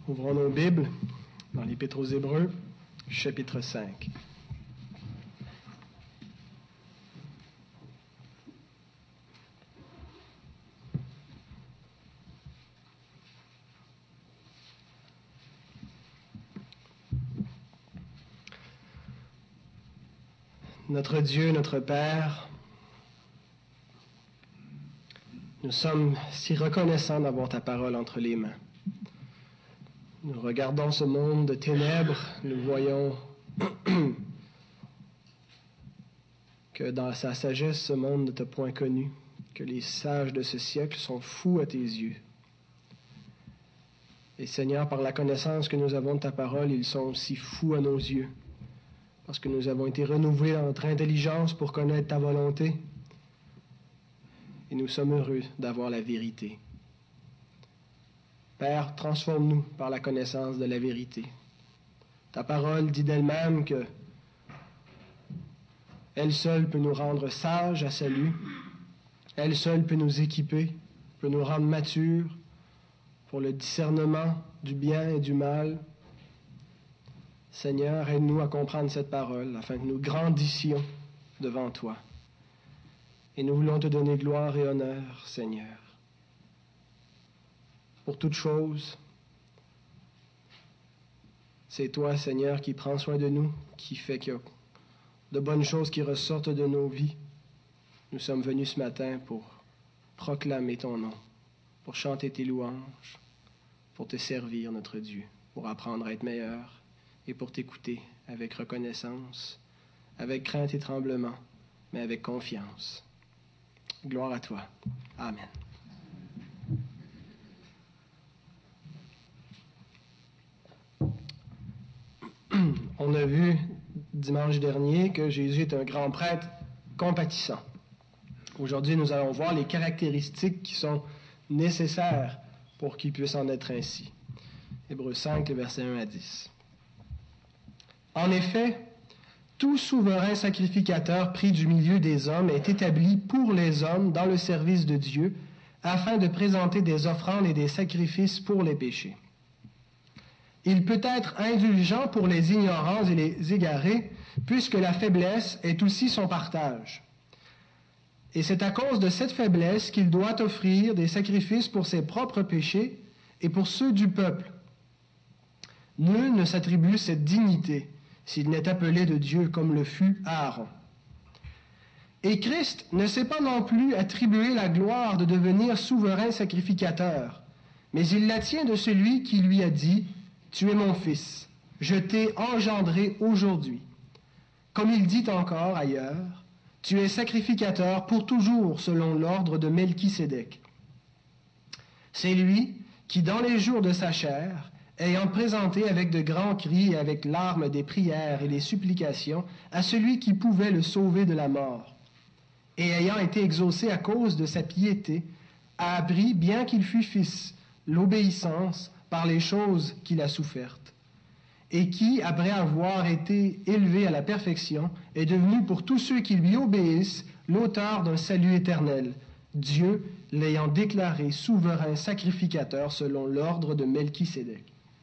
Ouvrons nos Bibles dans l'Épître aux Hébreux, chapitre 5. Notre Dieu, notre Père, nous sommes si reconnaissants d'avoir ta parole entre les mains. Nous regardons ce monde de ténèbres, nous voyons que dans sa sagesse, ce monde ne t'a point connu, que les sages de ce siècle sont fous à tes yeux. Et Seigneur, par la connaissance que nous avons de ta parole, ils sont aussi fous à nos yeux, parce que nous avons été renouvelés dans notre intelligence pour connaître ta volonté, et nous sommes heureux d'avoir la vérité. Père, transforme-nous par la connaissance de la vérité. Ta parole dit d'elle-même que elle seule peut nous rendre sages à salut. Elle seule peut nous équiper, peut nous rendre matures pour le discernement du bien et du mal. Seigneur, aide-nous à comprendre cette parole afin que nous grandissions devant toi. Et nous voulons te donner gloire et honneur, Seigneur. Pour toute chose, c'est toi, Seigneur, qui prends soin de nous, qui fait qu'il y a de bonnes choses qui ressortent de nos vies. Nous sommes venus ce matin pour proclamer ton nom, pour chanter tes louanges, pour te servir, notre Dieu, pour apprendre à être meilleur et pour t'écouter avec reconnaissance, avec crainte et tremblement, mais avec confiance. Gloire à toi. Amen. On a vu dimanche dernier que Jésus est un grand prêtre compatissant. Aujourd'hui, nous allons voir les caractéristiques qui sont nécessaires pour qu'il puisse en être ainsi. Hébreux 5, les versets 1 à 10. En effet, tout souverain sacrificateur pris du milieu des hommes est établi pour les hommes dans le service de Dieu, afin de présenter des offrandes et des sacrifices pour les péchés. Il peut être indulgent pour les ignorants et les égarés, puisque la faiblesse est aussi son partage. Et c'est à cause de cette faiblesse qu'il doit offrir des sacrifices pour ses propres péchés et pour ceux du peuple. Nul ne s'attribue cette dignité s'il n'est appelé de Dieu comme le fut Aaron. Et Christ ne s'est pas non plus attribué la gloire de devenir souverain sacrificateur, mais il la tient de celui qui lui a dit « Tu es mon fils, je t'ai engendré aujourd'hui ». Comme il dit encore ailleurs, « Tu es sacrificateur pour toujours selon l'ordre de Melchisédek ». C'est lui qui, dans les jours de sa chair, ayant présenté avec de grands cris et avec larmes des prières et des supplications à celui qui pouvait le sauver de la mort, et ayant été exaucé à cause de sa piété, a appris, bien qu'il fût fils, l'obéissance par les choses qu'il a souffertes, et qui, après avoir été élevé à la perfection, est devenu pour tous ceux qui lui obéissent l'auteur d'un salut éternel, Dieu l'ayant déclaré souverain sacrificateur selon l'ordre de Melchisédek.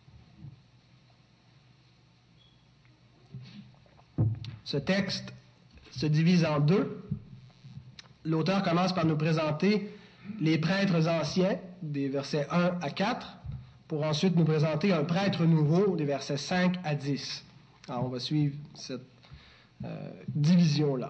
Ce texte se divise en deux. L'auteur commence par nous présenter les prêtres anciens, des versets 1 à 4, pour ensuite nous présenter un prêtre nouveau, des versets 5 à 10. Alors, on va suivre cette division-là.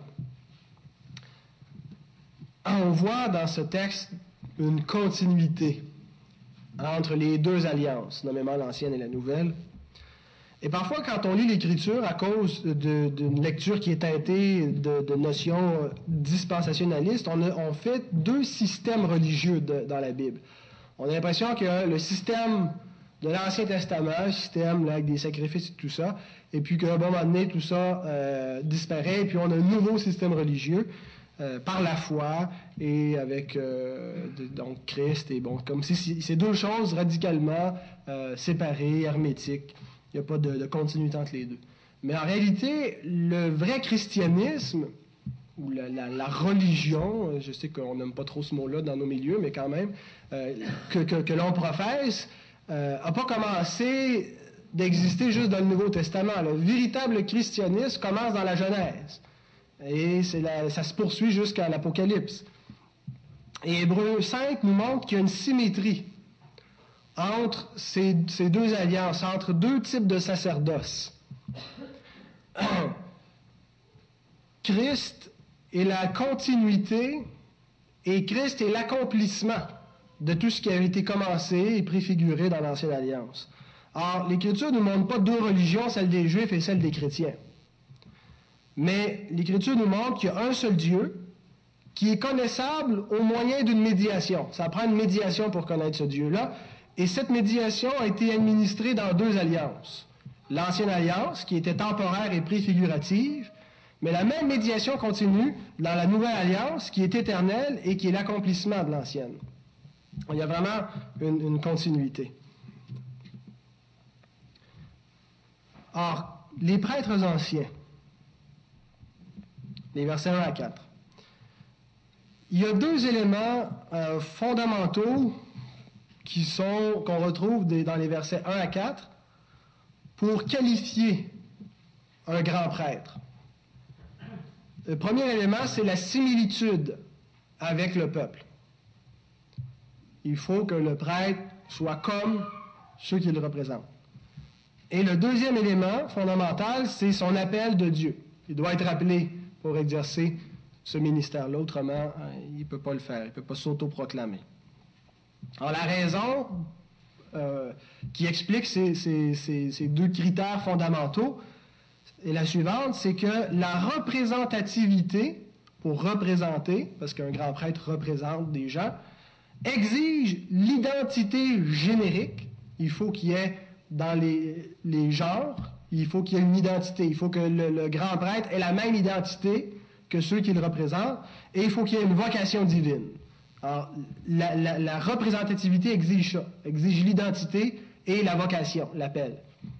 On voit dans ce texte une continuité entre les deux alliances, nommément l'ancienne et la nouvelle. Et parfois, quand on lit l'Écriture, à cause d'une lecture qui est teintée de notions dispensationalistes, on fait deux systèmes religieux dans la Bible. On a l'impression que le système de l'Ancien Testament, le système là, avec des sacrifices et tout ça, et puis qu'à un moment donné, tout ça disparaît, et puis on a un nouveau système religieux par la foi et avec donc Christ, et bon, comme si c'est deux choses radicalement séparées, hermétiques. Il n'y a pas de continuité entre les deux. Mais en réalité, le vrai christianisme, ou la religion, je sais qu'on n'aime pas trop ce mot-là dans nos milieux, mais quand même, que l'on professe, n'a pas commencé d'exister juste dans le Nouveau Testament. Le véritable christianisme commence dans la Genèse. Et ça se poursuit jusqu'à l'Apocalypse. Et Hébreux 5 nous montre qu'il y a une symétrie entre ces deux alliances, entre deux types de sacerdoce. Christ est la continuité et Christ est l'accomplissement de tout ce qui avait été commencé et préfiguré dans l'Ancienne Alliance. Or, l'Écriture ne nous montre pas deux religions, celle des Juifs et celle des chrétiens. Mais l'Écriture nous montre qu'il y a un seul Dieu qui est connaissable au moyen d'une médiation. Ça prend une médiation pour connaître ce Dieu-là. Et cette médiation a été administrée dans deux alliances. L'Ancienne Alliance, qui était temporaire et préfigurative, mais la même médiation continue dans la Nouvelle Alliance, qui est éternelle et qui est l'accomplissement de l'Ancienne. Il y a vraiment une continuité. Or, les prêtres anciens, les versets 1 à 4, il y a deux éléments fondamentaux qu'on retrouve dans les versets 1 à 4 pour qualifier un grand prêtre. Le premier élément, c'est la similitude avec le peuple. Il faut que le prêtre soit comme ceux qu'il représente. Et le deuxième élément fondamental, c'est son appel de Dieu. Il doit être appelé pour exercer ce ministère-là. Autrement, il ne peut pas le faire. Il ne peut pas s'autoproclamer. Alors, la raison qui explique ces deux critères fondamentaux est la suivante, c'est que la représentativité, pour représenter, parce qu'un grand prêtre représente des gens, exige l'identité générique. Il faut qu'il y ait dans les genres, il faut qu'il y ait une identité. Il faut que le grand prêtre ait la même identité que ceux qu'il représente, et il faut qu'il y ait une vocation divine. Alors, la représentativité exige ça, exige l'identité et la vocation, l'appel.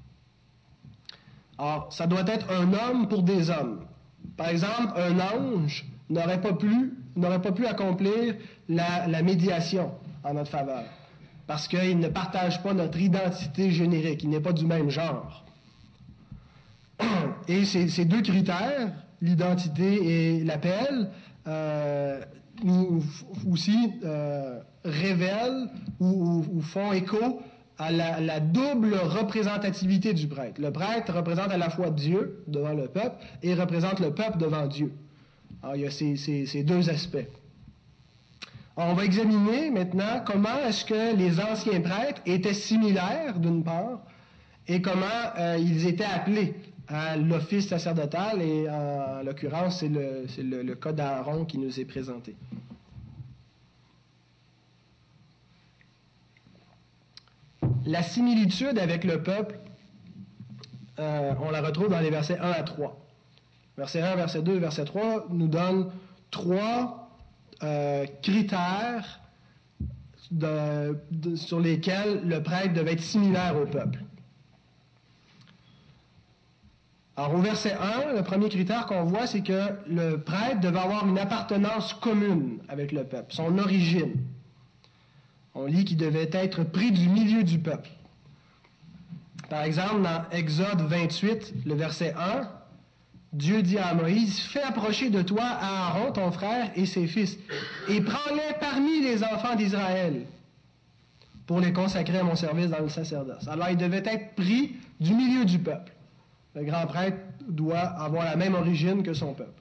Alors, ça doit être un homme pour des hommes. Par exemple, un ange n'aurait pas pu accomplir la médiation en notre faveur, parce qu'il ne partage pas notre identité générique, il n'est pas du même genre. Et ces deux critères, l'identité et l'appel, nous aussi révèlent ou font écho à la double représentativité du prêtre. Le prêtre représente à la fois Dieu devant le peuple et représente le peuple devant Dieu. Alors, il y a ces deux aspects. Alors, on va examiner maintenant comment est-ce que les anciens prêtres étaient similaires, d'une part, et comment ils étaient appelés à l'office sacerdotal, et en l'occurrence, c'est le cas d'Aaron qui nous est présenté. La similitude avec le peuple, on la retrouve dans les versets 1 à 3. Verset 1, verset 2, verset 3 nous donnent trois critères sur lesquels le prêtre devait être similaire au peuple. Alors, au verset 1, le premier critère qu'on voit, c'est que le prêtre devait avoir une appartenance commune avec le peuple, son origine. On lit qu'il devait être pris du milieu du peuple. Par exemple, dans Exode 28, le verset 1, Dieu dit à Moïse, « Fais approcher de toi Aaron, ton frère, et ses fils, et prends-les parmi les enfants d'Israël pour les consacrer à mon service dans le sacerdoce. » Alors, il devait être pris du milieu du peuple. Le grand prêtre doit avoir la même origine que son peuple.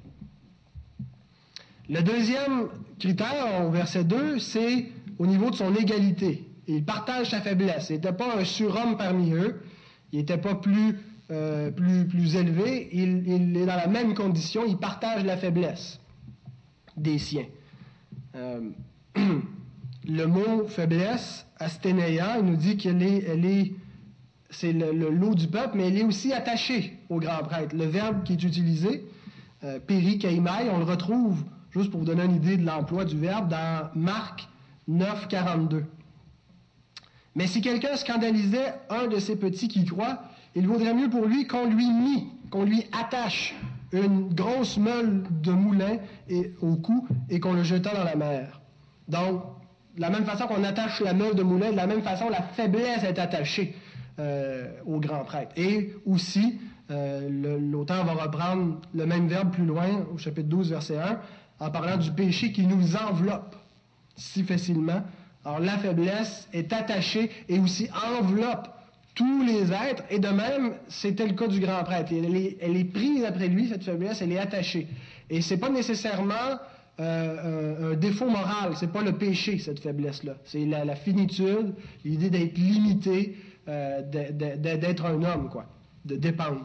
Le deuxième critère, au verset 2, c'est au niveau de son égalité. Il partage sa faiblesse. Il n'était pas un surhomme parmi eux. Il n'était pas plus élevé. Il est dans la même condition. Il partage la faiblesse des siens. Le mot faiblesse, asténéia, il nous dit c'est le lot du peuple, mais elle est aussi attachée au grand prêtre. Le verbe qui est utilisé, périkaimai, on le retrouve, juste pour vous donner une idée de l'emploi du verbe, dans Marc 9, 42. Mais si quelqu'un scandalisait un de ces petits qui croient, il vaudrait mieux pour lui qu'on lui attache une grosse meule de moulin au cou et qu'on le jetât dans la mer. Donc, de la même façon qu'on attache la meule de moulin, de la même façon, la faiblesse est attachée au grand prêtre. Et aussi, l'auteur va reprendre le même verbe plus loin, au chapitre 12, verset 1, en parlant du péché qui nous enveloppe si facilement. Alors, la faiblesse est attachée et aussi enveloppe tous les êtres, et de même, c'était le cas du grand prêtre. Elle est prise après lui, cette faiblesse, elle est attachée. Et c'est pas nécessairement un défaut moral, c'est pas le péché, cette faiblesse-là. C'est la finitude, l'idée d'être limité, d'être un homme, quoi, de dépendre.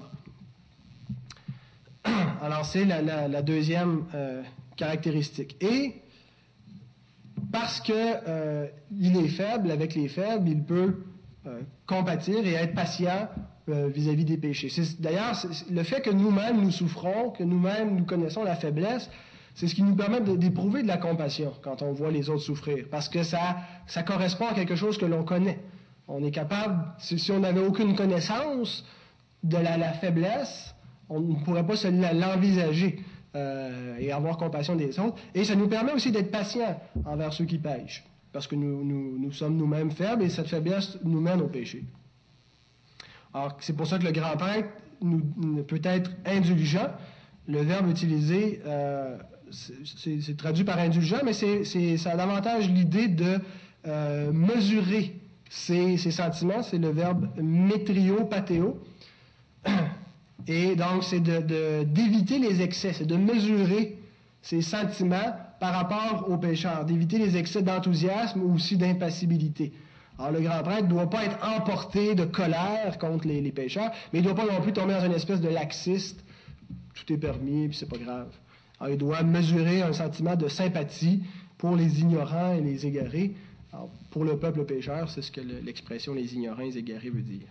Alors, c'est la deuxième caractéristique. Et parce qu'il est faible, avec les faibles, il peut compatir et être patient vis-à-vis des péchés. D'ailleurs, le fait que nous-mêmes nous souffrons, que nous-mêmes nous connaissons la faiblesse, c'est ce qui nous permet d'éprouver de la compassion quand on voit les autres souffrir, parce que ça correspond à quelque chose que l'on connaît. On est capable, si on n'avait aucune connaissance de la faiblesse, on ne pourrait pas l'envisager et avoir compassion des autres. Et ça nous permet aussi d'être patients envers ceux qui pêchent, parce que nous sommes nous-mêmes faibles et cette faiblesse nous mène au péché. Alors, c'est pour ça que le grand prêtre peut être indulgent. Le verbe utilisé, c'est traduit par indulgent, mais ça a davantage l'idée de mesurer ses sentiments. C'est le verbe métrio, pathéo. Et donc, c'est d'éviter les excès, c'est de mesurer ses sentiments par rapport aux pécheurs, d'éviter les excès d'enthousiasme ou aussi d'impassibilité. Alors, le grand prêtre ne doit pas être emporté de colère contre les pécheurs, mais il ne doit pas non plus tomber dans une espèce de laxiste. Tout est permis, puis c'est pas grave. Alors, il doit mesurer un sentiment de sympathie pour les ignorants et les égarés. Alors, pour le peuple pécheur, c'est ce que l'expression « les ignorants et les égarés » veut dire.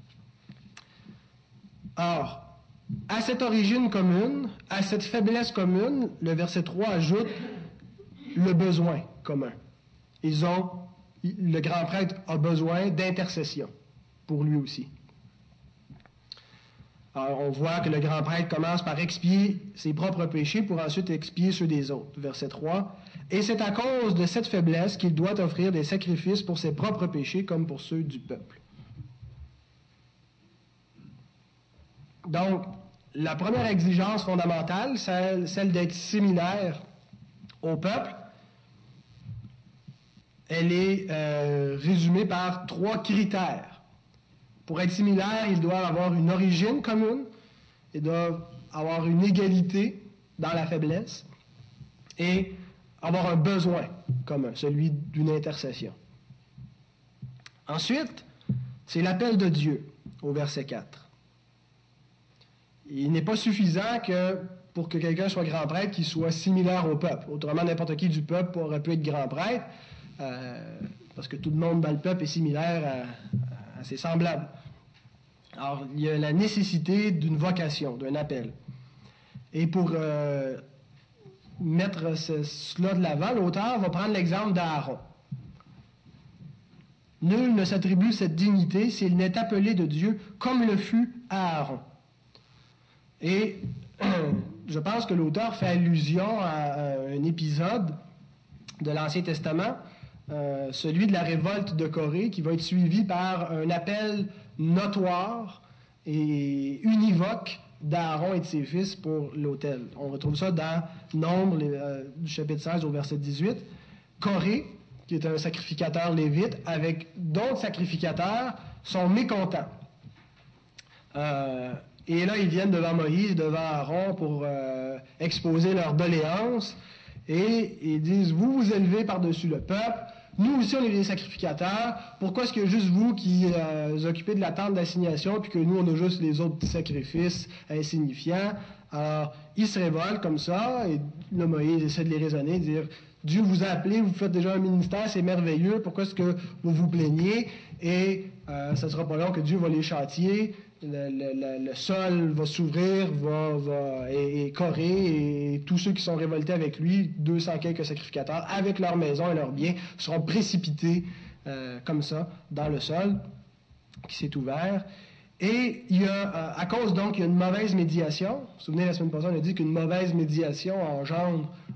Or, à cette origine commune, à cette faiblesse commune, le verset 3 ajoute le besoin commun. Le grand prêtre a besoin d'intercession pour lui aussi. Alors, on voit que le grand prêtre commence par expier ses propres péchés pour ensuite expier ceux des autres. Verset 3. Et c'est à cause de cette faiblesse qu'il doit offrir des sacrifices pour ses propres péchés comme pour ceux du peuple. Donc, la première exigence fondamentale, celle d'être similaire au peuple, elle est résumée par 3 critères. Pour être similaire, ils doivent avoir une origine commune, ils doivent avoir une égalité dans la faiblesse et avoir un besoin commun, celui d'une intercession. Ensuite, c'est l'appel de Dieu au verset 4. Il n'est pas suffisant pour que quelqu'un soit grand prêtre qu'il soit similaire au peuple. Autrement, n'importe qui du peuple aurait pu être grand prêtre, parce que tout le monde dans le peuple est similaire à ses semblables. Alors, il y a la nécessité d'une vocation, d'un appel. Et pour mettre cela de l'avant, l'auteur va prendre l'exemple d'Aaron. Nul ne s'attribue cette dignité s'il n'est appelé de Dieu comme le fut Aaron. Et je pense que l'auteur fait allusion à un épisode de l'Ancien Testament, celui de la révolte de Corée, qui va être suivi par un appel notoire et univoque d'Aaron et de ses fils pour l'autel. On retrouve ça dans Nombre, du chapitre 16 au verset 18. Corée, qui est un sacrificateur lévite, avec d'autres sacrificateurs, sont mécontents. Et là, ils viennent devant Moïse, devant Aaron pour exposer leurs doléances. Et ils disent, vous vous élevez par-dessus le peuple. Nous aussi, on est des sacrificateurs. Pourquoi est-ce qu'il y a juste vous qui vous occupez de la tente d'assignation, puis que nous, on a juste les autres petits sacrifices insignifiants? Alors, ils se révoltent comme ça. Et là, Moïse essaie de les raisonner, de dire, Dieu vous a appelé, vous faites déjà un ministère, c'est merveilleux. Pourquoi est-ce que vous vous plaignez? Et ça ne sera pas long que Dieu va les châtier. Le sol va s'ouvrir, et Corée et tous ceux qui sont révoltés avec lui, 200 quelques sacrificateurs, avec leurs maisons et leurs biens, seront précipités comme ça dans le sol qui s'est ouvert. Et il y a, à cause donc, il y a une mauvaise médiation. Vous vous souvenez, la semaine passée, on a dit qu'une mauvaise médiation engendre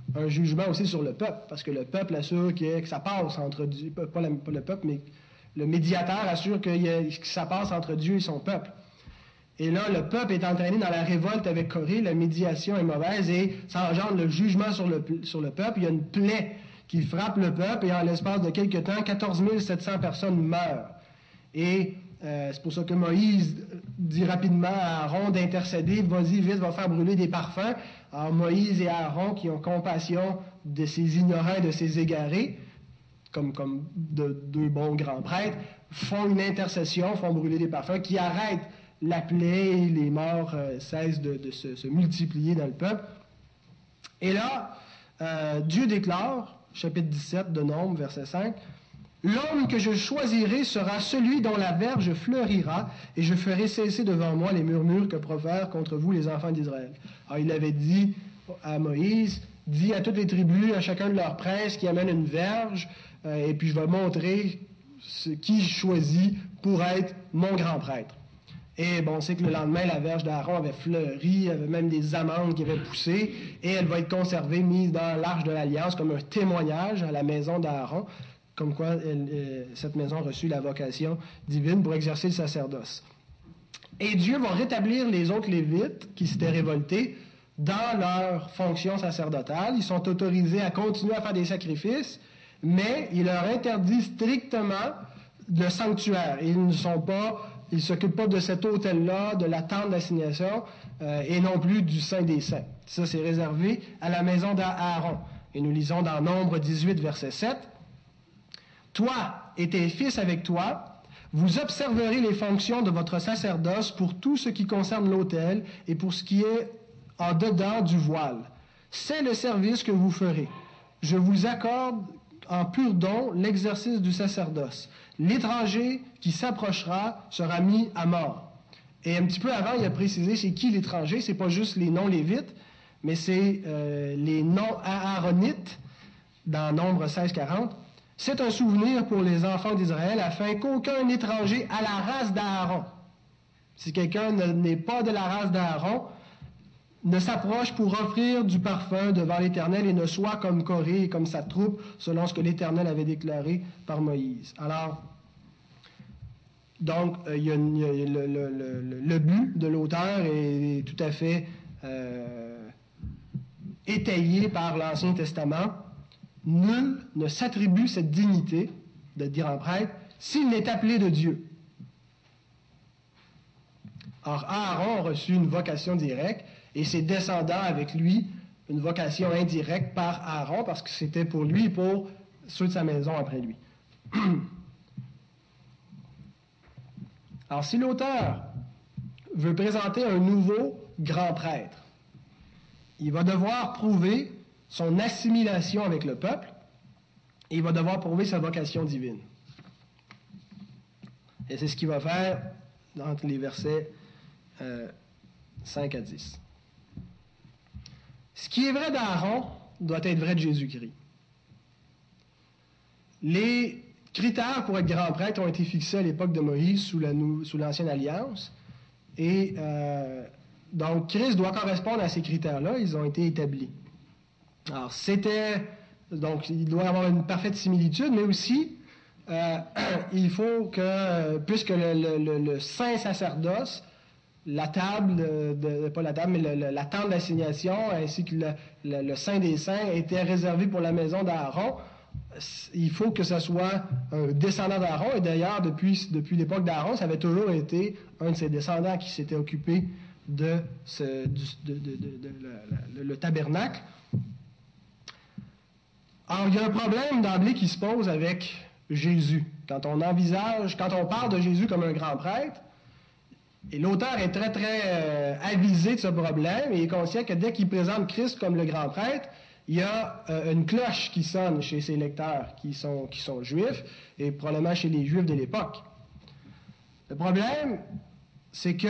un jugement aussi sur le peuple, parce que le peuple assure que ça passe entre Dieu, pas le peuple, mais le médiateur assure que ça passe entre Dieu et son peuple. Et là, le peuple est entraîné dans la révolte avec Corée, la médiation est mauvaise et ça engendre le jugement sur le peuple. Il y a une plaie qui frappe le peuple et en l'espace de quelques temps, 14 700 personnes meurent. Et c'est pour ça que Moïse dit rapidement à Aaron d'intercéder, vas-y vite, va faire brûler des parfums. Alors Moïse et Aaron, qui ont compassion de ces ignorants, de ces égarés, comme de deux bons grands prêtres, font une intercession, font brûler des parfums qui arrêtent la plaie et les morts cessent de se multiplier dans le peuple. Et là, Dieu déclare, chapitre 17 de Nombre, verset 5, « L'homme que je choisirai sera celui dont la verge fleurira, et je ferai cesser devant moi les murmures que profèrent contre vous les enfants d'Israël. » Alors il avait dit à Moïse, « Dis à toutes les tribus, à chacun de leurs princes qui amènent une verge, et puis je vais montrer qui je choisis pour être mon grand prêtre. » Et bon, on sait que le lendemain, la verge d'Aaron avait fleuri, il y avait même des amandes qui avaient poussé, et elle va être conservée, mise dans l'Arche de l'Alliance comme un témoignage à la maison d'Aaron, comme quoi cette maison a reçu la vocation divine pour exercer le sacerdoce. Et Dieu va rétablir les autres Lévites qui s'étaient révoltés dans leur fonction sacerdotale. Ils sont autorisés à continuer à faire des sacrifices, mais il leur interdit strictement le sanctuaire. Ils ne s'occupent pas de cet autel-là, de la tente d'assignation, et non plus du Saint des Saints. Ça, c'est réservé à la maison d'Aaron. Et nous lisons dans Nombre 18, verset 7. « Toi et tes fils avec toi, vous observerez les fonctions de votre sacerdoce pour tout ce qui concerne l'autel et pour ce qui est en dedans du voile. C'est le service que vous ferez. Je vous accorde en pur don l'exercice du sacerdoce. L'étranger qui s'approchera sera mis à mort. » Et un petit peu avant, il a précisé c'est qui l'étranger. C'est pas juste les non-lévites, mais c'est les non-aaronites dans Nombre 16-40. C'est un souvenir pour les enfants d'Israël afin qu'aucun étranger à la race d'Aaron, si quelqu'un n'est pas de la race d'Aaron, ne s'approche pour offrir du parfum devant l'Éternel et ne soit comme Corée et comme sa troupe, selon ce que l'Éternel avait déclaré par Moïse. Alors, donc, le but de l'auteur est tout à fait étayé par l'Ancien Testament. Nul ne s'attribue cette dignité de grand prêtre s'il n'est appelé de Dieu. Or, Aaron a reçu une vocation directe et ses descendants avec lui une vocation indirecte par Aaron parce que c'était pour lui et pour ceux de sa maison après lui. Alors, si l'auteur veut présenter un nouveau grand prêtre, il va devoir prouver son assimilation avec le peuple et il va devoir prouver sa vocation divine. Et c'est ce qu'il va faire entre les versets 5 à 10. Ce qui est vrai d'Aaron doit être vrai de Jésus-Christ. Les critères pour être grand prêtre ont été fixés à l'époque de Moïse sous l'Ancienne Alliance. Et donc, Christ doit correspondre à ces critères-là. Ils ont été établis. Alors, donc, il doit y avoir une parfaite similitude, mais aussi, il faut que, puisque le saint sacerdoce, la table, pas la table, mais la tente d'assignation, ainsi que le Saint des Saints, était réservé pour la maison d'Aaron, il faut que ce soit un descendant d'Aaron. Et d'ailleurs, depuis l'époque d'Aaron, ça avait toujours été un de ses descendants qui s'était occupé le tabernacle. Alors, il y a un problème d'emblée qui se pose avec Jésus. Quand on parle de Jésus comme un grand prêtre, et l'auteur est très, très avisé de ce problème, et il est conscient que dès qu'il présente Christ comme le grand prêtre, il y a une cloche qui sonne chez ses lecteurs qui sont juifs, et probablement chez les juifs de l'époque. Le problème, c'est que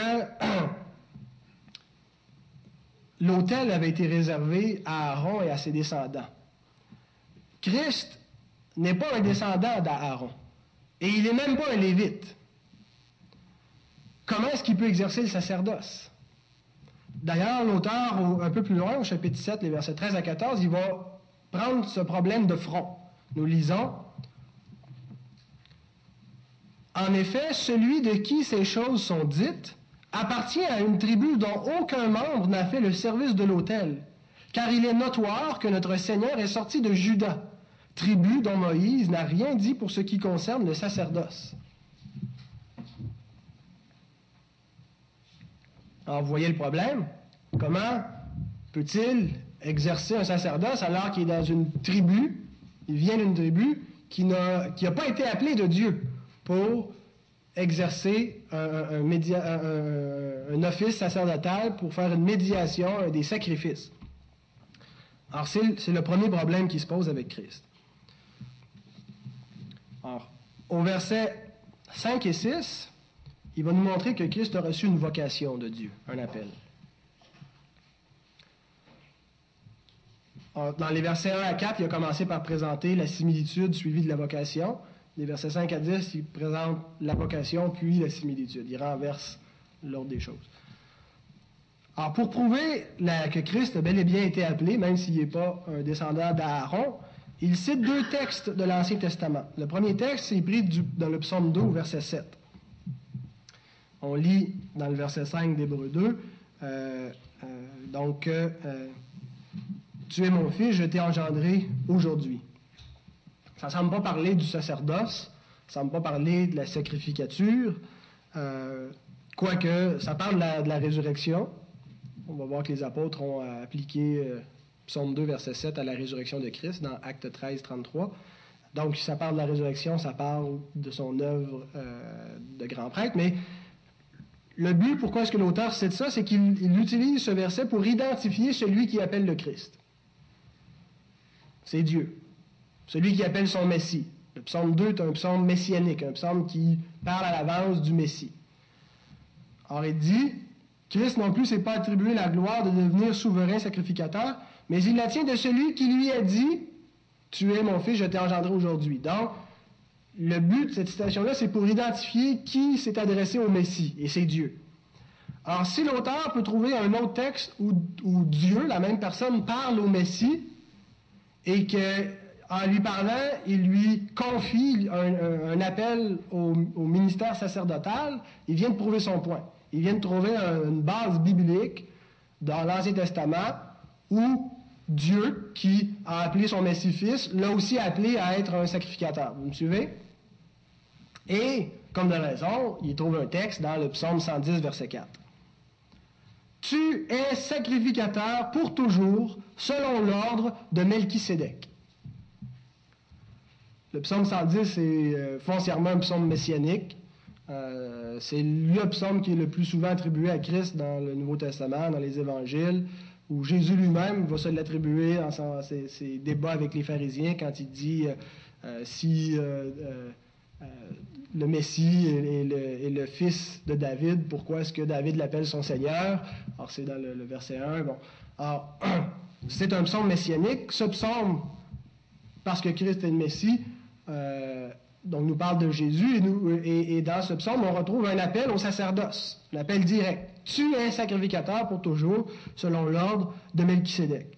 l'autel avait été réservé à Aaron et à ses descendants. Christ n'est pas un descendant d'Aaron, et il n'est même pas un lévite. Comment est-ce qu'il peut exercer le sacerdoce? D'ailleurs, l'auteur, un peu plus loin, au chapitre 7, les versets 13 à 14, il va prendre ce problème de front. Nous lisons « En effet, celui de qui ces choses sont dites appartient à une tribu dont aucun membre n'a fait le service de l'autel, car il est notoire que notre Seigneur est sorti de Juda, tribu dont Moïse n'a rien dit pour ce qui concerne le sacerdoce. » Alors, vous voyez le problème? Comment peut-il exercer un sacerdoce alors qu'il est dans une tribu, il vient d'une tribu qui n'a pas été appelée de Dieu pour exercer un office sacerdotal, pour faire une médiation, des sacrifices. Alors, c'est le premier problème qui se pose avec Christ. Alors, au verset 5 et 6, il va nous montrer que Christ a reçu une vocation de Dieu, un appel. Alors, dans les versets 1 à 4, il a commencé par présenter la similitude suivie de la vocation. Les versets 5 à 10, il présente la vocation puis la similitude. Il renverse l'ordre des choses. Alors, pour prouver que Christ a bel et bien été appelé, même s'il n'est pas un descendant d'Aaron, il cite 2 textes de l'Ancien Testament. Le premier texte, c'est pris dans le psaume 2, au verset 7. On lit dans le verset 5 d'Hébreux 2, tu es mon fils, je t'ai engendré aujourd'hui. Ça ne semble pas parler du sacerdoce, ça ne semble pas parler de la sacrificature, quoique ça parle de la résurrection. On va voir que les apôtres ont appliqué psaume 2, verset 7 à la résurrection de Christ dans Actes 13, 33. Donc, ça parle de la résurrection, ça parle de son œuvre de grand prêtre, mais le but, pourquoi est-ce que l'auteur cite ça, c'est qu'il utilise ce verset pour identifier celui qui appelle le Christ. C'est Dieu. Celui qui appelle son Messie. Le psaume 2 est un psaume messianique, un psaume qui parle à l'avance du Messie. Alors, il dit, Christ non plus s'est pas attribué la gloire de devenir souverain sacrificateur, mais il la tient de celui qui lui a dit, tu es mon fils, je t'ai engendré aujourd'hui. Donc, le but de cette citation-là, c'est pour identifier qui s'est adressé au Messie, et c'est Dieu. Alors, si l'auteur peut trouver un autre texte où Dieu, la même personne, parle au Messie, et qu'en lui parlant, il lui confie un appel au ministère sacerdotal, il vient de prouver son point. Il vient de trouver une base biblique dans l'Ancien Testament où Dieu, qui a appelé son Messie-Fils, l'a aussi appelé à être un sacrificateur. Vous me suivez? Et, comme de raison, il trouve un texte dans le psaume 110, verset 4. « Tu es sacrificateur pour toujours, selon l'ordre de Melchisédek. » Le psaume 110 c'est foncièrement un psaume messianique. C'est le psaume qui est le plus souvent attribué à Christ dans le Nouveau Testament, dans les Évangiles, où Jésus lui-même va se l'attribuer dans ses débats avec les pharisiens quand il dit si le Messie est le fils de David, pourquoi est-ce que David l'appelle son Seigneur? Alors c'est dans le verset 1. Bon. Alors, c'est un psaume messianique. Ce psaume, parce que Christ est le Messie, donc nous parle de Jésus, et dans ce psaume, on retrouve un appel au sacerdoce, un appel direct. Tu es sacrificateur pour toujours, selon l'ordre de Melchisédek.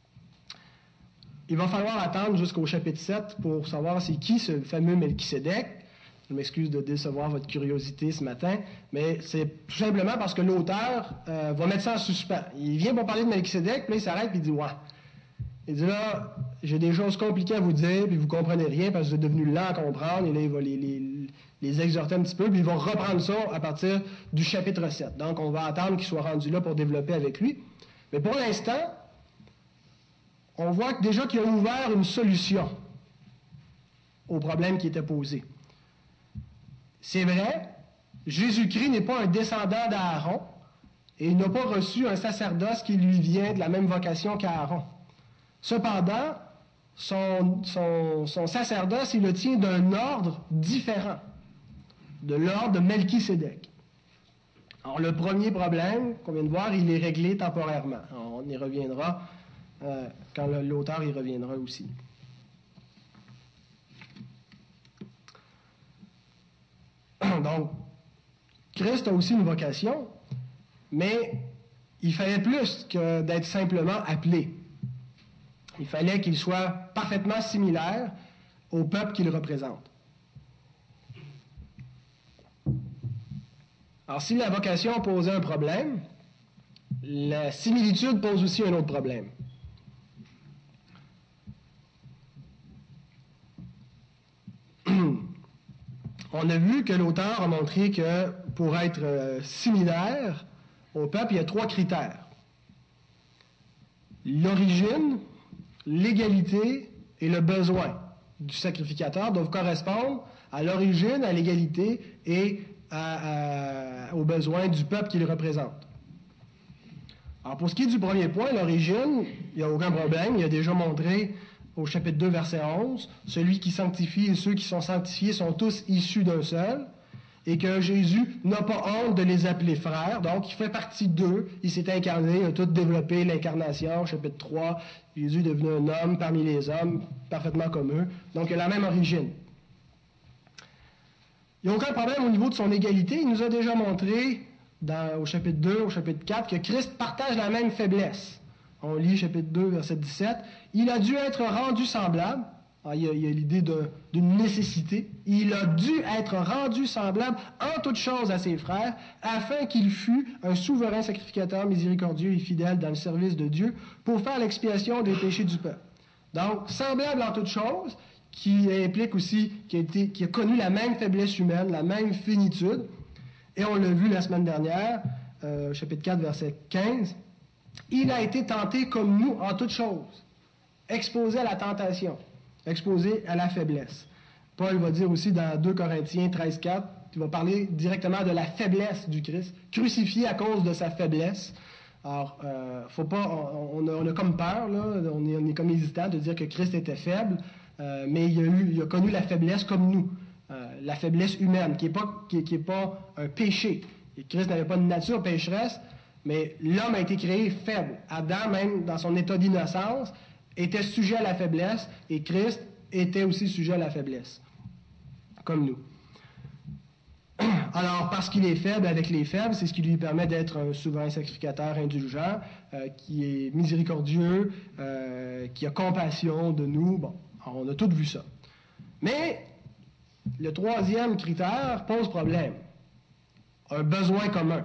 Il va falloir attendre jusqu'au chapitre 7 pour savoir c'est qui ce fameux Melchisédek. Je m'excuse de décevoir votre curiosité ce matin, mais c'est tout simplement parce que l'auteur va mettre ça en suspens. Il vient pour parler de Melchisédek, puis là, il s'arrête et il dit « Ouais ». Il dit là, j'ai des choses compliquées à vous dire, puis vous ne comprenez rien parce que vous êtes devenu lent à comprendre, et là, il va les exhorter un petit peu, puis il va reprendre ça à partir du chapitre 7. Donc, on va attendre qu'il soit rendu là pour développer avec lui. Mais pour l'instant, on voit que déjà qu'il a ouvert une solution au problème qui était posé. C'est vrai, Jésus-Christ n'est pas un descendant d'Aaron, et il n'a pas reçu un sacerdoce qui lui vient de la même vocation qu'Aaron. Cependant, son sacerdoce, il le tient d'un ordre différent, de l'ordre de Melchisédek. Alors, le premier problème qu'on vient de voir, il est réglé temporairement. Alors, on y reviendra quand l'auteur y reviendra aussi. Donc, Christ a aussi une vocation, mais il fallait plus que d'être simplement appelé. Il fallait qu'il soit parfaitement similaire au peuple qu'il représente. Alors, si la vocation posait un problème, la similitude pose aussi un autre problème. On a vu que l'auteur a montré que pour être similaire au peuple, il y a 3 critères. L'origine, l'égalité et le besoin du sacrificateur doivent correspondre à l'origine, à l'égalité et aux besoins du peuple qu'il représente. Alors pour ce qui est du premier point, l'origine, il n'y a aucun problème, il a déjà montré au chapitre 2, verset 11, « Celui qui sanctifie et ceux qui sont sanctifiés sont tous issus d'un seul, et que Jésus n'a pas honte de les appeler frères. » Donc, il fait partie d'eux, il s'est incarné, il a tout développé, l'incarnation, chapitre 3, Jésus est devenu un homme parmi les hommes, parfaitement comme eux. Donc, il a la même origine. Il n'y a aucun problème au niveau de son égalité. Il nous a déjà montré, au chapitre 2, au chapitre 4, que Christ partage la même faiblesse. On lit chapitre 2, verset 17. Il a dû être rendu semblable. Alors, il y a l'idée d'une nécessité. Il a dû être rendu semblable en toutes choses à ses frères, afin qu'il fût un souverain sacrificateur miséricordieux et fidèle dans le service de Dieu pour faire l'expiation des péchés du peuple. Donc, semblable en toutes choses, qui implique aussi qui a connu la même faiblesse humaine, la même finitude. Et on l'a vu la semaine dernière, chapitre 4, verset 15. Il a été tenté comme nous en toutes choses, exposé à la tentation, exposé à la faiblesse. Paul va dire aussi dans 2 Corinthiens 13, 4, il va parler directement de la faiblesse du Christ, crucifié à cause de sa faiblesse. Alors, faut pas, on a comme peur, là, on est comme hésitant de dire que Christ était faible, mais il a connu la faiblesse comme nous, la faiblesse humaine, qui est pas un péché. Et Christ n'avait pas de nature pécheresse, mais l'homme a été créé faible. Adam, même dans son état d'innocence, était sujet à la faiblesse, et Christ était aussi sujet à la faiblesse, comme nous. Alors, parce qu'il est faible avec les faibles, c'est ce qui lui permet d'être un souverain sacrificateur indulgent, qui est miséricordieux, qui a compassion de nous. Bon, alors on a tous vu ça. Mais le 3e critère pose problème. Un besoin commun.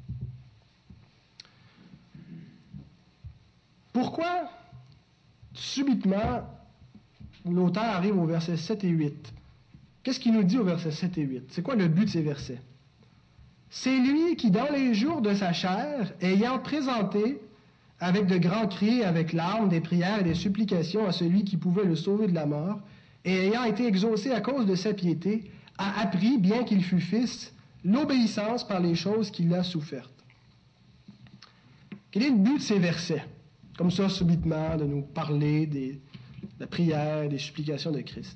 Pourquoi, subitement, l'auteur arrive au verset 7 et 8? Qu'est-ce qu'il nous dit au verset 7 et 8? C'est quoi le but de ces versets? C'est lui qui, dans les jours de sa chair, ayant présenté avec de grands cris, avec larmes, des prières et des supplications à celui qui pouvait le sauver de la mort, et ayant été exaucé à cause de sa piété, a appris, bien qu'il fût fils, l'obéissance par les choses qu'il a souffertes. Quel est le but de ces versets? Comme ça, subitement, de nous parler de la prière, des supplications de Christ.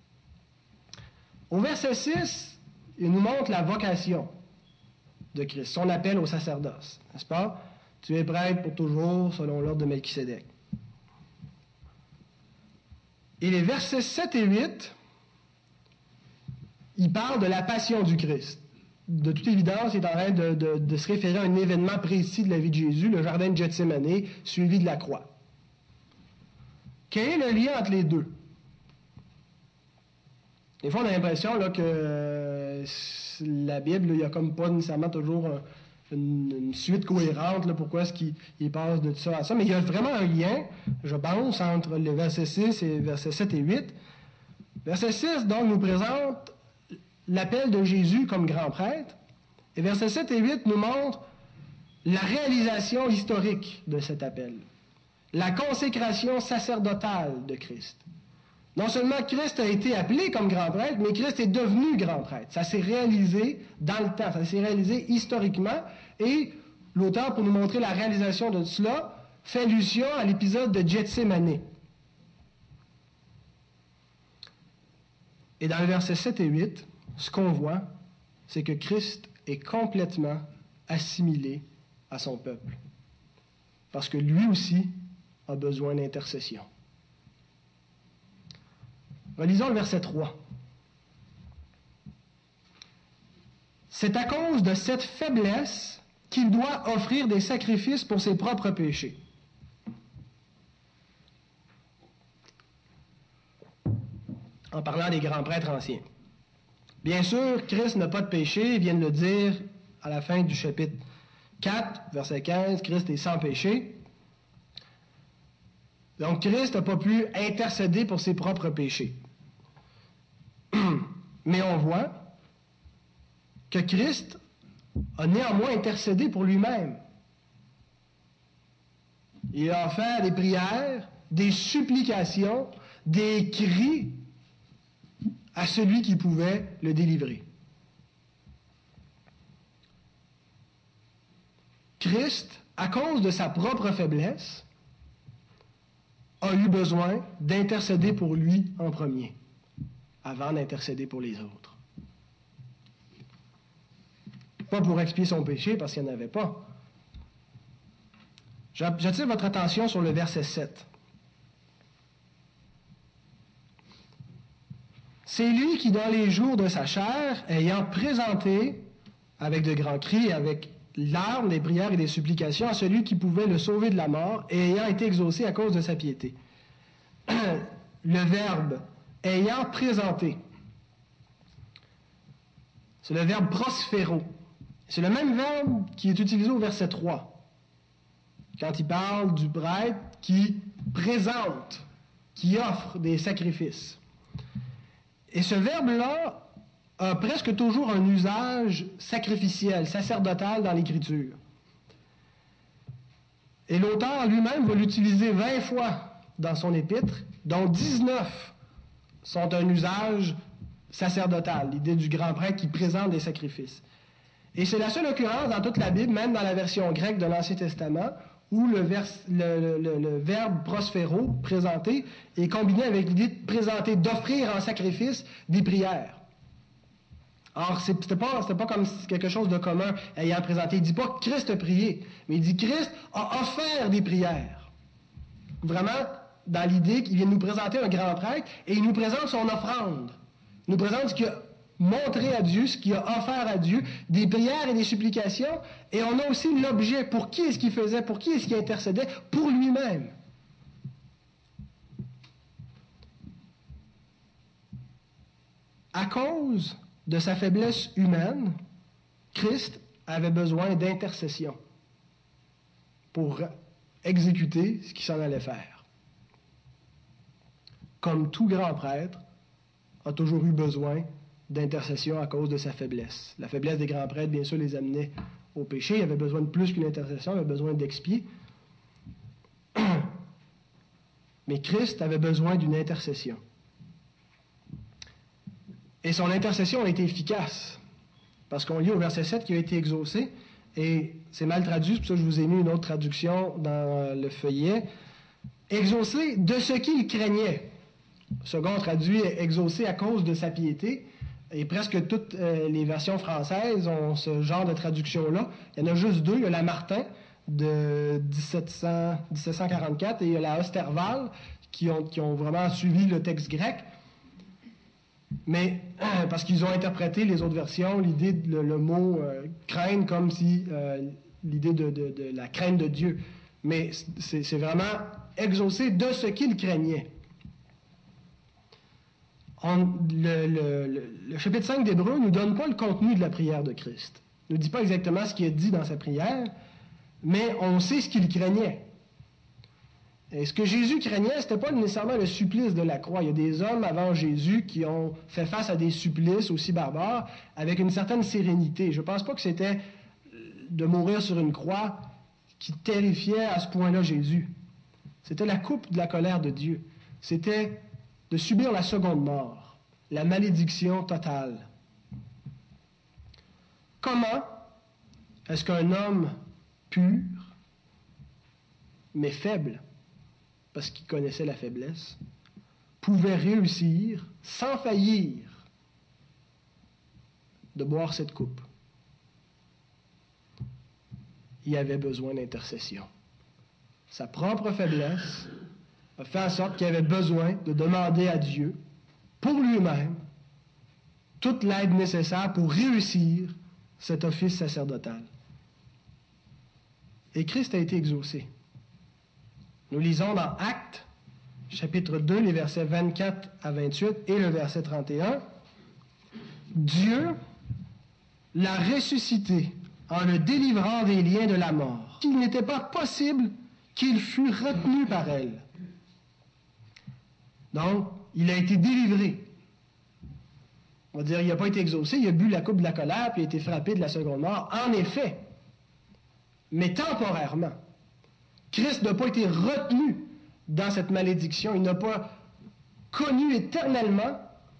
Au verset 6, il nous montre la vocation de Christ, son appel au sacerdoce, n'est-ce pas? Tu es prêtre pour toujours, selon l'ordre de Melchisédek. Et les versets 7 et 8, il parle de la passion du Christ. De toute évidence, il est en train de se référer à un événement précis de la vie de Jésus, le jardin de Gethsémani, suivi de la croix. Quel est le lien entre les deux? Des fois, on a l'impression là, que la Bible, il n'y a comme pas nécessairement toujours une suite cohérente, là, pourquoi est-ce qu'il passe de ça à ça, mais il y a vraiment un lien, je pense, entre le verset 6 et versets 7 et 8. Verset 6, donc, nous présente l'appel de Jésus comme grand prêtre, et versets 7 et 8 nous montrent la réalisation historique de cet appel, la consécration sacerdotale de Christ. Non seulement Christ a été appelé comme grand prêtre, mais Christ est devenu grand prêtre. Ça s'est réalisé dans le temps, ça s'est réalisé historiquement, et l'auteur, pour nous montrer la réalisation de cela, fait allusion à l'épisode de Gethsémani. Et dans les versets 7 et 8, ce qu'on voit, c'est que Christ est complètement assimilé à son peuple. Parce que lui aussi a besoin d'intercession. Relisons le verset 3. C'est à cause de cette faiblesse qu'il doit offrir des sacrifices pour ses propres péchés. en parlant des grands prêtres anciens. Bien sûr, Christ n'a pas de péché, il vient de le dire à la fin du chapitre 4, verset 15, Christ est sans péché. Donc, Christ n'a pas pu intercéder pour ses propres péchés. Mais on voit que Christ a néanmoins intercédé pour lui-même. Il a offert des prières, des supplications, des cris à celui qui pouvait le délivrer. Christ, à cause de sa propre faiblesse, a eu besoin d'intercéder pour lui en premier, avant d'intercéder pour les autres. Pas pour expier son péché, parce qu'il n'y en avait pas. J'attire votre attention sur le verset 7. C'est lui qui, dans les jours de sa chair, ayant présenté, avec de grands cris, avec larmes, des prières et des supplications, à celui qui pouvait le sauver de la mort, et ayant été exaucé à cause de sa piété. Le verbe « ayant présenté », c'est le verbe « prosphéro ». C'est le même verbe qui est utilisé au verset 3, quand il parle du prêtre qui présente, qui offre des sacrifices. Et ce verbe-là a presque toujours un usage sacrificiel, sacerdotal dans l'Écriture. Et l'auteur lui-même va l'utiliser 20 fois dans son épître, dont 19 sont un usage sacerdotal, l'idée du grand prêtre qui présente des sacrifices. Et c'est la seule occurrence dans toute la Bible, même dans la version grecque de l'Ancien Testament, où le verbe prosphéro, présenter, est combiné avec l'idée de présenter, d'offrir en sacrifice des prières. Or, c'était pas comme quelque chose de commun ayant présenté. Il ne dit pas que Christ a prié, mais il dit que Christ a offert des prières. Vraiment, dans l'idée qu'il vient nous présenter un grand prêtre et il nous présente son offrande. Il nous présente ce qu'il a montré à Dieu, ce qu'il a offert à Dieu, des prières et des supplications, et on a aussi l'objet. Pour qui est-ce qu'il faisait? Pour qui est-ce qu'il intercédait? Pour lui-même. À cause de sa faiblesse humaine, Christ avait besoin d'intercession pour exécuter ce qu'il s'en allait faire. Comme tout grand prêtre a toujours eu besoin d'intercession à cause de sa faiblesse. La faiblesse des grands prêtres, bien sûr, les amenait au péché. Il avait besoin de plus qu'une intercession, il avait besoin d'expier. Mais Christ avait besoin d'une intercession. Et son intercession a été efficace. Parce qu'on lit au verset 7 qu'il a été exaucé, et c'est mal traduit, c'est pour ça que je vous ai mis une autre traduction dans le feuillet. Exaucé de ce qu'il craignait. Second traduit exaucé à cause de sa piété. Et presque toutes les versions françaises ont ce genre de traduction-là. Il y en a juste deux. Il y a la Martin de 1744 et il y a la Osterval qui ont vraiment suivi le texte grec. Mais parce qu'ils ont interprété les autres versions, l'idée, le mot craindre comme si l'idée de la crainte de Dieu. Mais c'est vraiment exaucé de ce qu'il craignait. Le chapitre 5 d'Hébreux ne nous donne pas le contenu de la prière de Christ. Il ne nous dit pas exactement ce qu'il a dit dans sa prière, mais on sait ce qu'il craignait. Et ce que Jésus craignait, ce n'était pas nécessairement le supplice de la croix. Il y a des hommes avant Jésus qui ont fait face à des supplices aussi barbares avec une certaine sérénité. Je ne pense pas que c'était de mourir sur une croix qui terrifiait à ce point-là Jésus. C'était la coupe de la colère de Dieu. C'était de subir la seconde mort, la malédiction totale. Comment est-ce qu'un homme pur, mais faible, parce qu'il connaissait la faiblesse, pouvait réussir, sans faillir, de boire cette coupe? Il avait besoin d'intercession. Sa propre faiblesse a fait en sorte qu'il avait besoin de demander à Dieu, pour lui-même, toute l'aide nécessaire pour réussir cet office sacerdotal. Et Christ a été exaucé. Nous lisons dans Actes, chapitre 2, les versets 24 à 28 et le verset 31, Dieu l'a ressuscité en le délivrant des liens de la mort. Il n'était pas possible qu'il fût retenu par elle. Donc, il a été délivré. On va dire, il n'a pas été exaucé, il a bu la coupe de la colère, puis il a été frappé de la seconde mort. En effet, mais temporairement. Christ n'a pas été retenu dans cette malédiction. Il n'a pas connu éternellement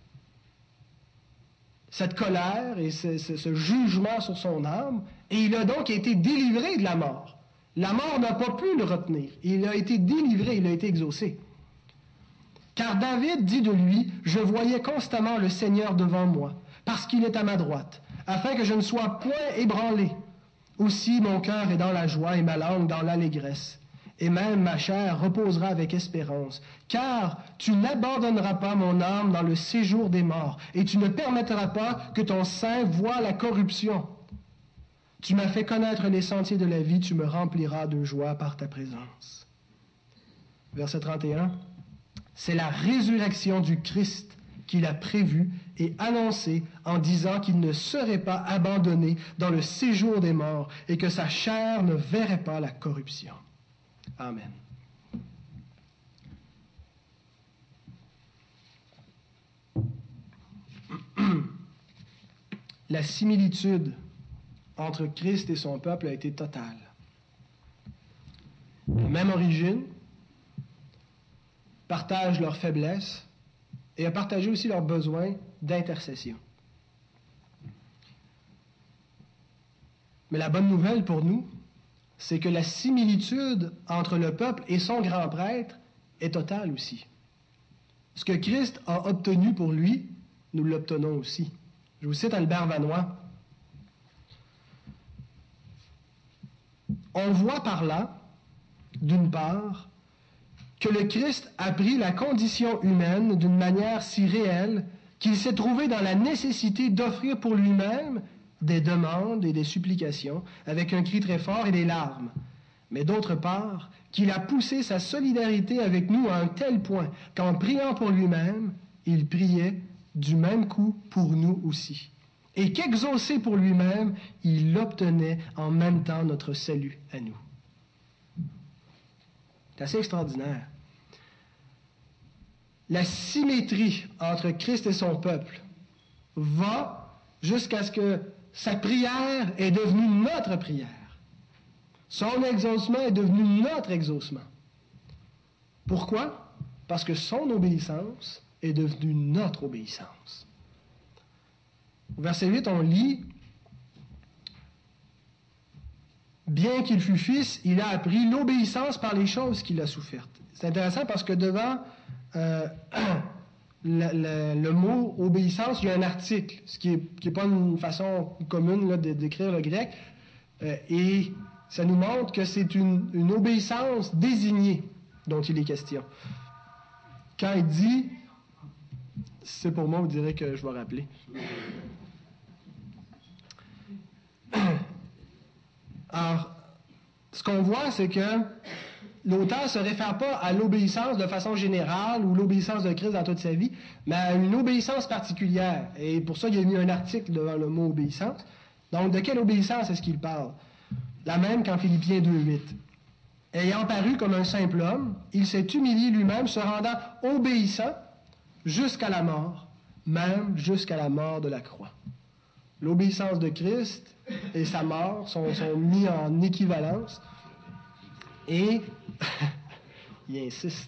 cette colère et ce jugement sur son âme, et il a donc été délivré de la mort. La mort n'a pas pu le retenir. Il a été délivré, il a été exaucé. Car David dit de lui, « Je voyais constamment le Seigneur devant moi, parce qu'il est à ma droite, afin que je ne sois point ébranlé. Aussi mon cœur est dans la joie et ma langue dans l'allégresse. Et même ma chair reposera avec espérance, car tu n'abandonneras pas mon âme dans le séjour des morts, et tu ne permettras pas que ton sein voie la corruption. Tu m'as fait connaître les sentiers de la vie, tu me rempliras de joie par ta présence. » Verset 31. C'est la résurrection du Christ qu'il a prévue et annoncée en disant qu'il ne serait pas abandonné dans le séjour des morts et que sa chair ne verrait pas la corruption. Amen. La similitude entre Christ et son peuple a été totale. Même origine, partagent leurs faiblesses et a partagé aussi leurs besoins d'intercession. Mais la bonne nouvelle pour nous, c'est que la similitude entre le peuple et son grand prêtre est totale aussi. Ce que Christ a obtenu pour lui, nous l'obtenons aussi. Je vous cite Albert Vanois. On voit par là, d'une part, que le Christ a pris la condition humaine d'une manière si réelle qu'il s'est trouvé dans la nécessité d'offrir pour lui-même des demandes et des supplications avec un cri très fort et des larmes. Mais d'autre part, qu'il a poussé sa solidarité avec nous à un tel point qu'en priant pour lui-même, il priait du même coup pour nous aussi. Et qu'exaucé pour lui-même, il obtenait en même temps notre salut à nous. C'est assez extraordinaire. La symétrie entre Christ et son peuple va jusqu'à ce que sa prière est devenue notre prière. Son exaucement est devenu notre exaucement. Pourquoi? Parce que son obéissance est devenue notre obéissance. Au verset 8, on lit « Bien qu'il fût fils, il a appris l'obéissance par les choses qu'il a souffertes. » C'est intéressant parce que devant le mot « obéissance », il y a un article, ce qui est pas une façon commune là, d'écrire le grec, et ça nous montre que c'est une obéissance désignée dont il est question. Quand il dit, si c'est pour moi, vous direz que je vais rappeler. Alors, ce qu'on voit, c'est que l'auteur ne se réfère pas à l'obéissance de façon générale ou l'obéissance de Christ dans toute sa vie, mais à une obéissance particulière. Et pour ça, il a mis un article devant le mot obéissance. Donc, de quelle obéissance est-ce qu'il parle? La même qu'en Philippiens 2:8. Ayant paru comme un simple homme, il s'est humilié lui-même, se rendant obéissant jusqu'à la mort, même jusqu'à la mort de la croix. L'obéissance de Christ et sa mort sont mis en équivalence. Et il insiste.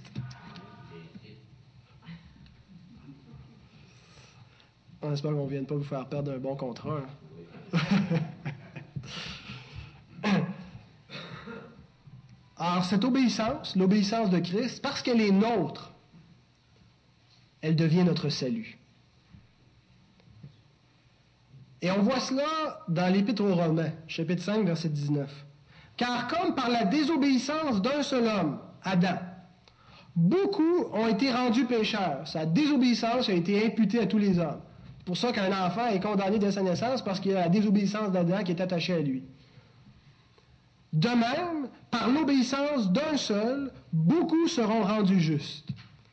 On espère qu'on ne vienne pas vous faire perdre un bon contrat. Alors, cette obéissance, l'obéissance de Christ, parce qu'elle est nôtre, elle devient notre salut. Et on voit cela dans l'Épître aux Romains, chapitre 5, verset 19. « Car comme par la désobéissance d'un seul homme, Adam, beaucoup ont été rendus pécheurs. Sa désobéissance a été imputée à tous les hommes. C'est pour ça qu'un enfant est condamné dès sa naissance, parce qu'il y a la désobéissance d'Adam qui est attachée à lui. De même, par l'obéissance d'un seul, beaucoup seront rendus justes.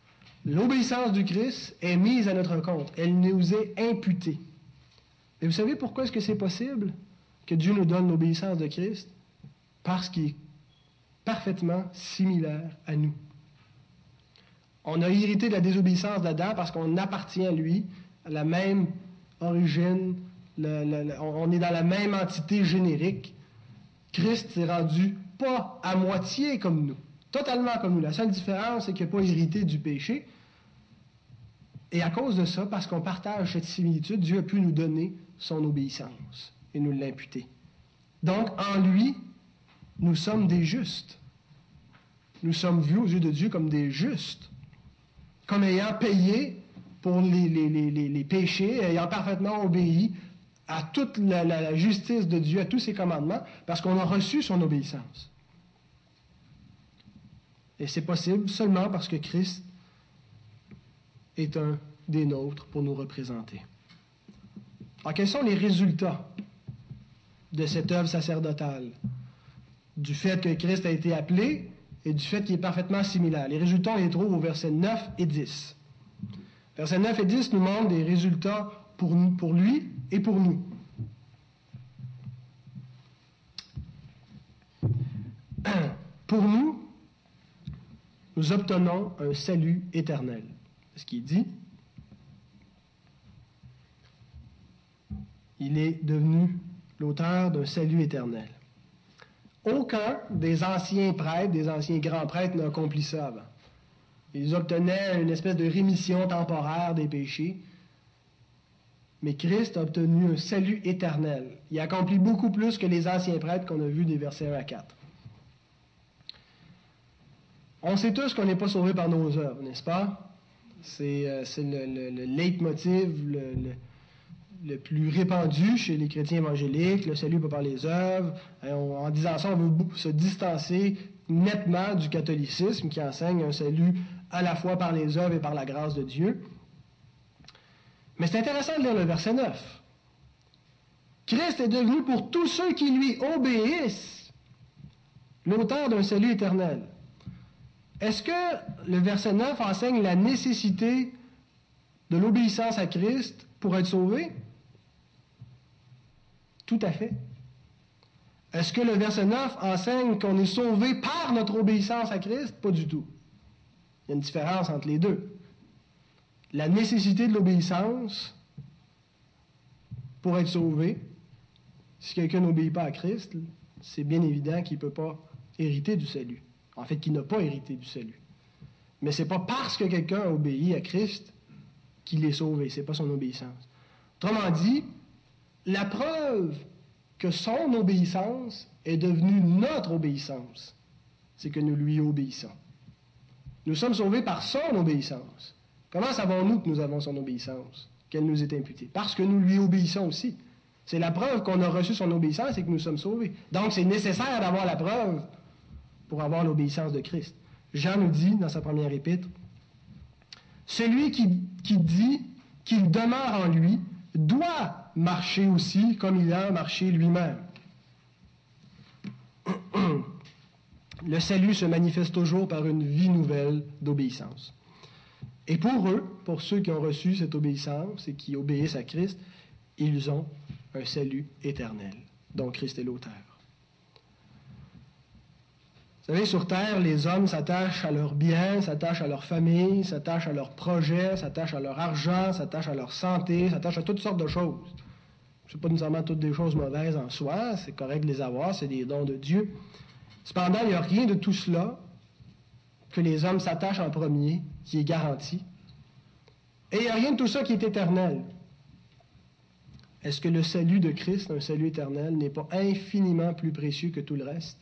L'obéissance du Christ est mise à notre compte. Elle nous est imputée. Et vous savez pourquoi est-ce que c'est possible que Dieu nous donne l'obéissance de Christ? Parce qu'il est parfaitement similaire à nous. On a hérité de la désobéissance d'Adam parce qu'on appartient à lui, à la même origine, on est dans la même entité générique. Christ s'est rendu pas à moitié comme nous, totalement comme nous. La seule différence, c'est qu'il n'a pas hérité du péché. Et à cause de ça, parce qu'on partage cette similitude, Dieu a pu nous donner son obéissance et nous l'imputer. Donc, en lui, nous sommes des justes. Nous sommes vus aux yeux de Dieu comme des justes, comme ayant payé pour les péchés, ayant parfaitement obéi à toute la justice de Dieu, à tous ses commandements, parce qu'on a reçu son obéissance. Et c'est possible seulement parce que Christ est un des nôtres pour nous représenter. Alors, quels sont les résultats de cette œuvre sacerdotale? Du fait que Christ a été appelé et du fait qu'il est parfaitement similaire. Les résultats, on les trouve au versets 9 et 10. Versets 9 et 10 nous montrent des résultats pour lui et pour nous. Pour nous, nous obtenons un salut éternel. C'est ce qu'il dit. Il est devenu l'auteur d'un salut éternel. Aucun des anciens prêtres, des anciens grands prêtres n'a accompli ça avant. Ils obtenaient une espèce de rémission temporaire des péchés. Mais Christ a obtenu un salut éternel. Il a accompli beaucoup plus que les anciens prêtres qu'on a vus des versets 1 à 4. On sait tous qu'on n'est pas sauvé par nos œuvres, n'est-ce pas? C'est le leitmotiv le plus répandu chez les chrétiens évangéliques, le salut pas par les œuvres. En disant ça, on veut se distancer nettement du catholicisme qui enseigne un salut à la fois par les œuvres et par la grâce de Dieu. Mais c'est intéressant de lire le verset 9. Christ est devenu pour tous ceux qui lui obéissent l'auteur d'un salut éternel. Est-ce que le verset 9 enseigne la nécessité de l'obéissance à Christ pour être sauvé? Tout à fait. Est-ce que le verset 9 enseigne qu'on est sauvé par notre obéissance à Christ? Pas du tout. Il y a une différence entre les deux. La nécessité de l'obéissance pour être sauvé, si quelqu'un n'obéit pas à Christ, c'est bien évident qu'il ne peut pas hériter du salut. En fait, qu'il n'a pas hérité du salut. Mais ce n'est pas parce que quelqu'un a obéi à Christ qu'il est sauvé. Ce n'est pas son obéissance. Autrement dit, la preuve que son obéissance est devenue notre obéissance, c'est que nous lui obéissons. Nous sommes sauvés par son obéissance. Comment savons-nous que nous avons son obéissance, qu'elle nous est imputée? Parce que nous lui obéissons aussi. C'est la preuve qu'on a reçu son obéissance et que nous sommes sauvés. Donc, c'est nécessaire d'avoir la preuve pour avoir l'obéissance de Christ. Jean nous dit, dans sa première épître, « Celui qui dit qu'il demeure en lui doit marcher aussi comme il a marché lui-même. » Le salut se manifeste toujours par une vie nouvelle d'obéissance. Et pour eux, pour ceux qui ont reçu cette obéissance et qui obéissent à Christ, ils ont un salut éternel, dont Christ est l'auteur. Vous savez, sur Terre, les hommes s'attachent à leurs biens, s'attachent à leur famille, s'attachent à leurs projets, s'attachent à leur argent, s'attachent à leur santé, s'attachent à toutes sortes de choses. Ce n'est pas nécessairement toutes des choses mauvaises en soi, c'est correct de les avoir, c'est des dons de Dieu. Cependant, il n'y a rien de tout cela que les hommes s'attachent en premier, qui est garanti. Et il n'y a rien de tout ça qui est éternel. Est-ce que le salut de Christ, un salut éternel, n'est pas infiniment plus précieux que tout le reste?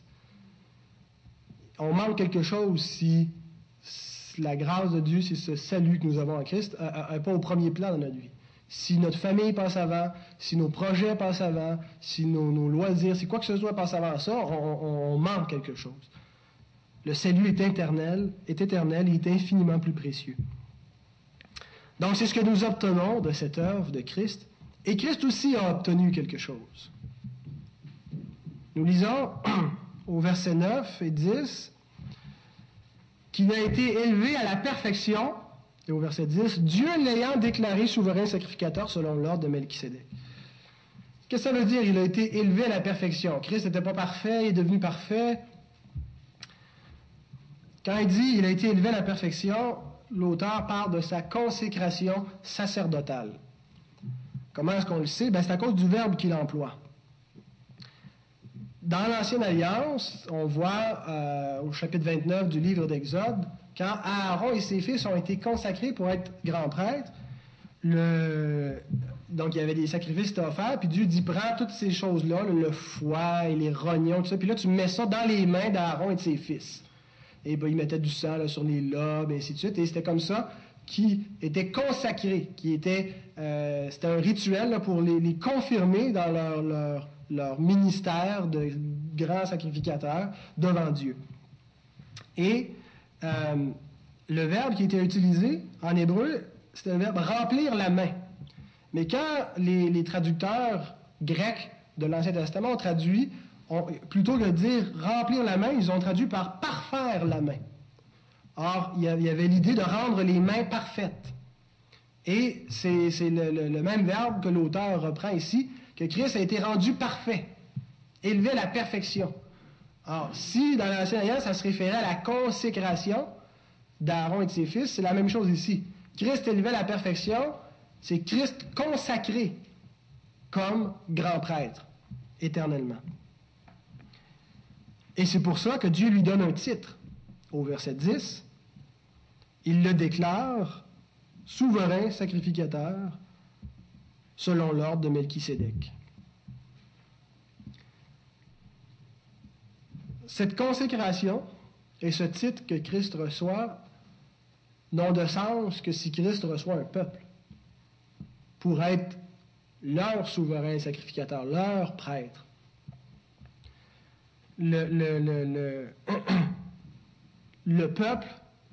On manque quelque chose si la grâce de Dieu, si ce salut que nous avons en Christ n'est pas au premier plan dans notre vie. Si notre famille passe avant, si nos projets passent avant, si nos loisirs, si quoi que ce soit passe avant ça, on manque quelque chose. Le salut est éternel, il est infiniment plus précieux. Donc c'est ce que nous obtenons de cette œuvre de Christ. Et Christ aussi a obtenu quelque chose. Nous lisons au verset 9 et 10 qu'il a été élevé à la perfection Et au verset 10, Dieu l'ayant déclaré souverain sacrificateur selon l'ordre de Melchisédek. Qu'est-ce que ça veut dire? Il a été élevé à la perfection. Christ n'était pas parfait, il est devenu parfait. Quand il dit il a été élevé à la perfection, l'auteur parle de sa consécration sacerdotale. Comment est-ce qu'on le sait? C'est à cause du verbe qu'il emploie. Dans l'Ancienne Alliance, on voit au chapitre 29 du livre d'Exode, quand Aaron et ses fils ont été consacrés pour être grands prêtres, donc il y avait des sacrifices à faire, puis Dieu dit, prends toutes ces choses-là, le foie et les rognons, tout ça, puis là tu mets ça dans les mains d'Aaron et de ses fils. Et il mettait du sang là, sur les lobes, et ainsi de suite, et c'était comme ça qui était consacré, c'était un rituel là, pour les confirmer dans leur ministère de grands sacrificateurs devant Dieu. Et le verbe qui était utilisé en hébreu, c'était le verbe « remplir la main ». Mais quand les traducteurs grecs de l'Ancien Testament ont traduit, plutôt que de dire « remplir la main », ils ont traduit par « parfaire la main ». Or, il y avait l'idée de rendre les mains parfaites. Et c'est le même verbe que l'auteur reprend ici, que Christ a été rendu parfait, élevé à la perfection. Alors, si dans l'Ancienne Alliance, ça se référait à la consécration d'Aaron et de ses fils, c'est la même chose ici. Christ élevé à la perfection, c'est Christ consacré comme grand prêtre, éternellement. Et c'est pour ça que Dieu lui donne un titre. Au verset 10, il le déclare souverain sacrificateur selon l'ordre de Melchisédek. Cette consécration et ce titre que Christ reçoit n'ont de sens que si Christ reçoit un peuple pour être leur souverain sacrificateur, leur prêtre. Le peuple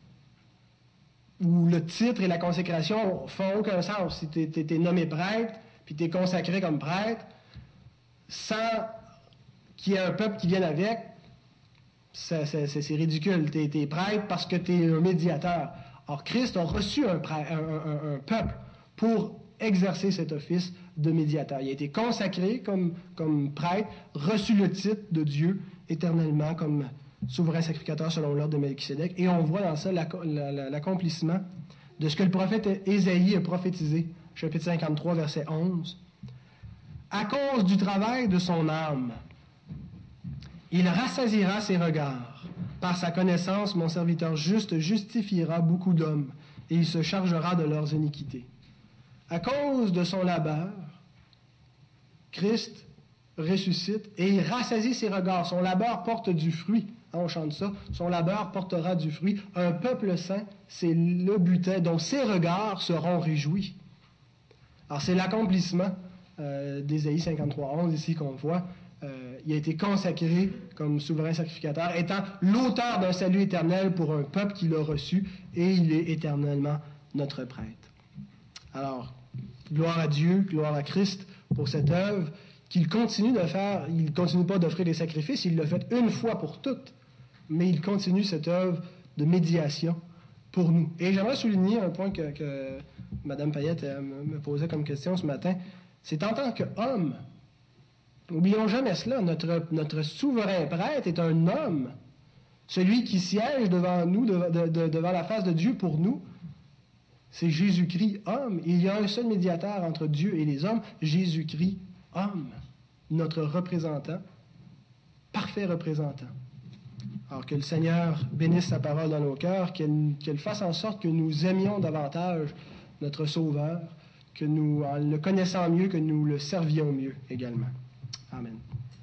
où le titre et la consécration font aucun sens. Si tu es nommé prêtre, puis tu es consacré comme prêtre, sans qu'il y ait un peuple qui vienne avec, c'est ridicule. Tu es prêtre parce que tu es un médiateur. Or, Christ a reçu un peuple pour exercer cet office de médiateur. Il a été consacré comme prêtre, reçu le titre de Dieu éternellement comme souverain sacrificateur selon l'ordre de Melchisédek. Et on voit dans ça l'accomplissement de ce que le prophète Ésaïe a prophétisé, chapitre 53, verset 11. « À cause du travail de son âme, il rassasiera ses regards. Par sa connaissance, mon serviteur juste justifiera beaucoup d'hommes, et il se chargera de leurs iniquités. » À cause de son labeur, Christ ressuscite et il rassasie ses regards. Son labeur porte du fruit. On chante ça. Son labeur portera du fruit. Un peuple saint, c'est le butin dont ses regards seront réjouis. Alors, c'est l'accomplissement d'Ésaïe 53:11 ici qu'on voit. Il a été consacré comme souverain sacrificateur, étant l'auteur d'un salut éternel pour un peuple qui l'a reçu, et il est éternellement notre prêtre. Alors, gloire à Dieu, gloire à Christ pour cette œuvre qu'il continue de faire. Il ne continue pas d'offrir des sacrifices, il l'a fait une fois pour toutes, mais il continue cette œuvre de médiation pour nous. Et j'aimerais souligner un point que Mme Payette me posait comme question ce matin. C'est en tant qu'homme, n'oublions jamais cela, notre souverain prêtre est un homme, celui qui siège devant nous, devant la face de Dieu pour nous. C'est Jésus-Christ, homme. Il y a un seul médiateur entre Dieu et les hommes, Jésus-Christ, homme, notre représentant, parfait représentant. Alors que le Seigneur bénisse sa parole dans nos cœurs, qu'elle fasse en sorte que nous aimions davantage notre Sauveur, que nous, en le connaissant mieux, que nous le servions mieux également. Amen.